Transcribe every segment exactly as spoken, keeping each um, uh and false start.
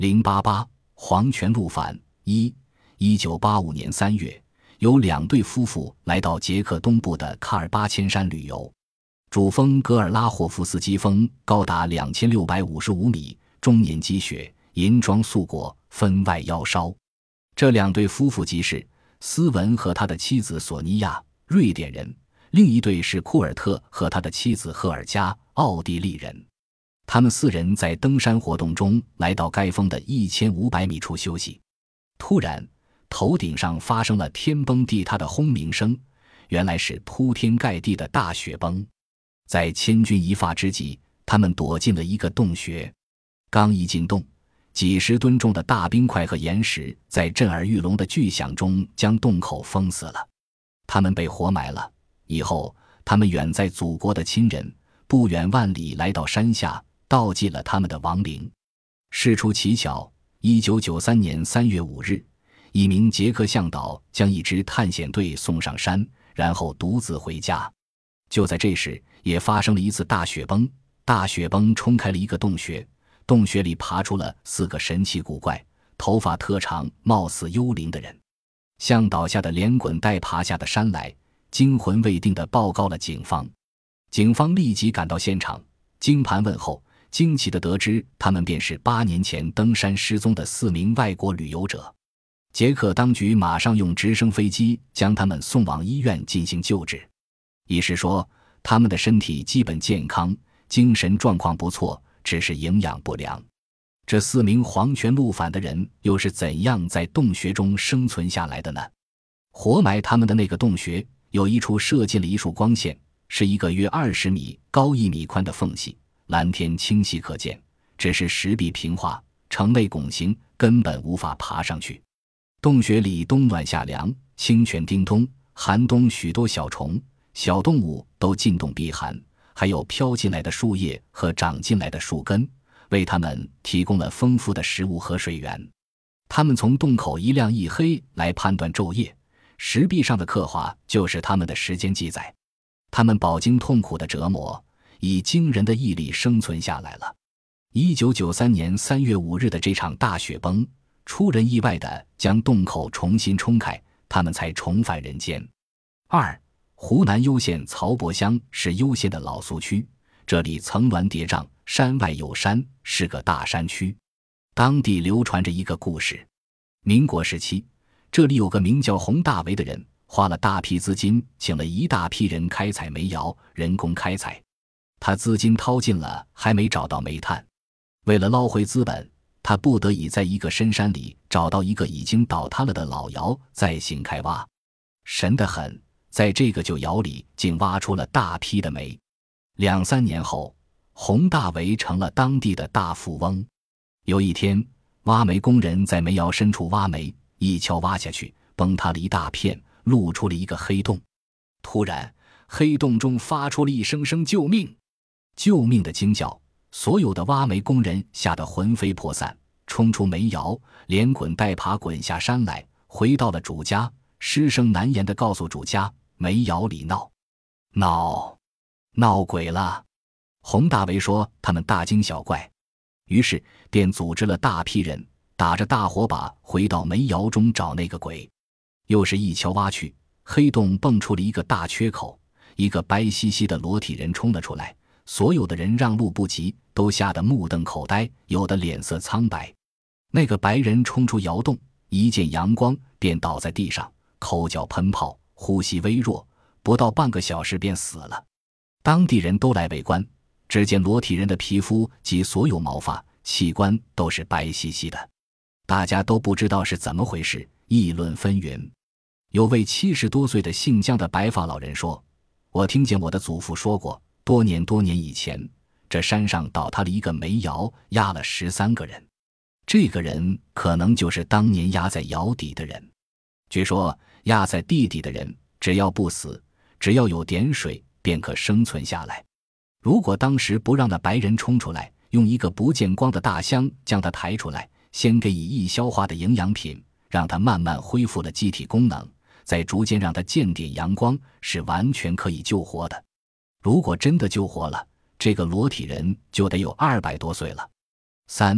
零八八黄泉路返一一九八五年三月，有两对夫妇来到捷克东部的喀尔巴阡山旅游。主峰格尔拉霍夫斯基峰高达两千六百五十五米，终年积雪，银装素裹，分外妖娆。这两对夫妇即是斯文和他的妻子索尼娅，瑞典人；另一对是库尔特和他的妻子赫尔加，奥地利人。他们四人在登山活动中来到该峰的一千五百米处休息。突然，头顶上发生了天崩地塌的轰鸣声，原来是铺天盖地的大雪崩。在千钧一发之际，他们躲进了一个洞穴。刚一进洞，几十吨重的大冰块和岩石在震耳欲聋的巨响中将洞口封死了。他们被活埋了。以后，他们远在祖国的亲人不远万里来到山下，悼祭了他们的亡灵。事出奇巧，一九九三年三月五日，一名捷克向导将一支探险队送上山，然后独自回家。就在这时，也发生了一次大雪崩。大雪崩冲开了一个洞穴，洞穴里爬出了四个神奇古怪、头发特长、貌似幽灵的人。向导吓得连滚带爬下的山来，惊魂未定地报告了警方。警方立即赶到现场，经盘问后，惊奇地得知他们便是八年前登山失踪的四名外国旅游者。捷克当局马上用直升飞机将他们送往医院进行救治。医师说，他们的身体基本健康，精神状况不错，只是营养不良。这四名黄泉路返的人又是怎样在洞穴中生存下来的呢？活埋他们的那个洞穴有一处射进了一束光线，是一个约二十米高一米宽的缝隙，蓝天清晰可见，只是石壁平滑，呈内拱形，根本无法爬上去。洞穴里冬暖夏凉，清泉叮咚，寒冬许多小虫小动物都进洞避寒，还有飘进来的树叶和长进来的树根，为他们提供了丰富的食物和水源。他们从洞口一亮一黑来判断昼夜，石壁上的刻画就是他们的时间记载。他们饱经痛苦的折磨，以惊人的毅力生存下来了。一九九三年三月五日的这场大雪崩，出人意外地将洞口重新冲开，他们才重返人间。二湖南攸县曹伯乡是攸县的老苏区，这里层峦叠嶂，山外有山，是个大山区。当地流传着一个故事。民国时期，这里有个名叫洪大为的人，花了大批资金请了一大批人开采煤窑，人工开采。他资金掏尽了，还没找到煤炭。为了捞回资本，他不得已在一个深山里找到一个已经倒塌了的老窑，再行开挖。神得很，在这个旧窑里竟挖出了大批的煤。两三年后，洪大为成了当地的大富翁。有一天，挖煤工人在煤窑深处挖煤，一锹挖下去，崩塌了一大片，露出了一个黑洞。突然，黑洞中发出了一声声救命！救命的惊叫，所有的挖煤工人吓得魂飞魄散，冲出煤窑，连滚带爬滚下山来，回到了主家，失声难言地告诉主家，煤窑里闹闹闹鬼了。洪大为说他们大惊小怪，于是便组织了大批人，打着大火把回到煤窑中找那个鬼。又是一锹挖去，黑洞蹦出了一个大缺口，一个白兮兮的裸体人冲了出来，所有的人让路不及，都吓得目瞪口呆，有的脸色苍白。那个白人冲出窑洞，一见阳光便倒在地上，口角喷泡，呼吸微弱，不到半个小时便死了。当地人都来围观，只见裸体人的皮肤及所有毛发器官都是白兮兮的，大家都不知道是怎么回事，议论纷纭。有位七十多岁的姓姜的白发老人说，我听见我的祖父说过，多年多年以前，这山上倒塌了一个煤窑，压了十三个人。这个人可能就是当年压在窑底的人。据说压在地底的人，只要不死，只要有点水，便可生存下来。如果当时不让那白人冲出来，用一个不见光的大箱将他抬出来，先给以易消化的营养品，让他慢慢恢复了机体功能，再逐渐让他见点阳光，是完全可以救活的。如果真的救活了，这个裸体人就得有二百多岁了。三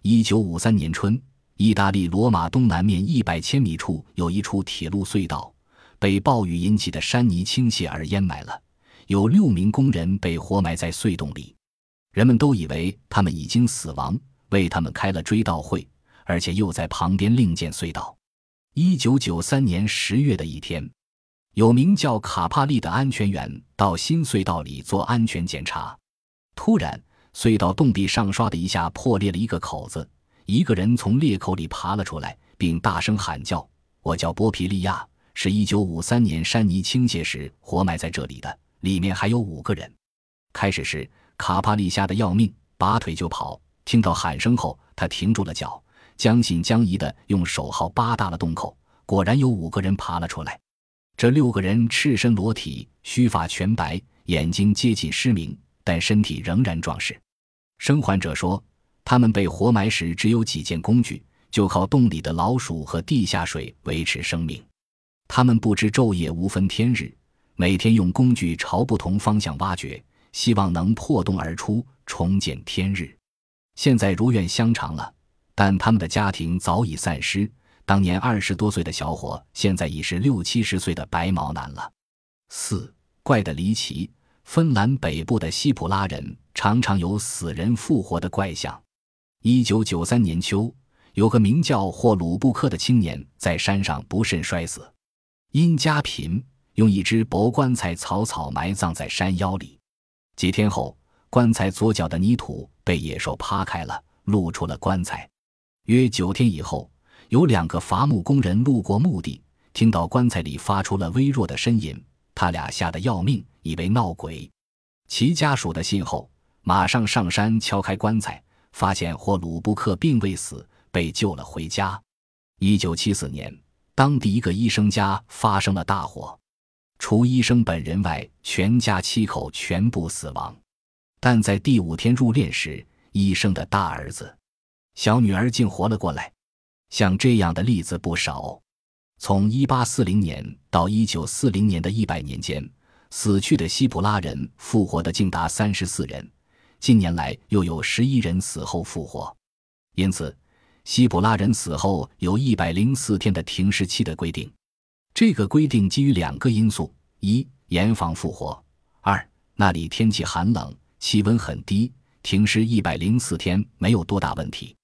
一九五三年春，意大利罗马东南面一百千米处有一处铁路隧道，被暴雨引起的山泥倾泻而淹埋了，有六名工人被活埋在隧洞里。人们都以为他们已经死亡，为他们开了追悼会，而且又在旁边另建隧道。一九九三年十月的一天，有名叫卡帕利的安全员到新隧道里做安全检查，突然隧道洞壁上刷的一下破裂了一个口子，一个人从裂口里爬了出来，并大声喊叫：我叫波皮利亚，是一九五三年山泥倾泻时活埋在这里的，里面还有五个人。开始时卡帕利吓得要命，拔腿就跑，听到喊声后他停住了脚，将信将疑地用手铐扒大了洞口，果然有五个人爬了出来。这六个人赤身裸体，须发全白，眼睛接近失明，但身体仍然壮实。生还者说，他们被活埋时只有几件工具，就靠洞里的老鼠和地下水维持生命。他们不知昼夜，无分天日，每天用工具朝不同方向挖掘，希望能破洞而出，重见天日。现在如愿香肠了，但他们的家庭早已散失，当年二十多岁的小伙现在已是六七十岁的白毛男了。四怪得离奇，芬兰北部的西普拉人常常有死人复活的怪象。一九九三年秋，有个名叫霍鲁布克的青年在山上不慎摔死，因家贫，用一只薄棺材草草埋葬在山腰里。几天后，棺材左脚的泥土被野兽扒开了，露出了棺材。约九天以后，有两个伐木工人路过墓地，听到棺材里发出了微弱的呻吟，他俩吓得要命，以为闹鬼。其家属的信后，马上上山敲开棺材，发现霍鲁布克并未死，被救了回家。一九七四年，当地一个医生家发生了大火，除医生本人外，全家七口全部死亡。但在第五天入殓时，医生的大儿子、小女儿竟活了过来。像这样的例子不少。从一八四零年到一九四零年的一百年间，死去的西普拉人复活的竟达三十四人，近年来又有十一人死后复活。因此西普拉人死后有一百零四天的停尸期的规定。这个规定基于两个因素：一、严防复活；二、那里天气寒冷，气温很低，停尸一百零四天没有多大问题。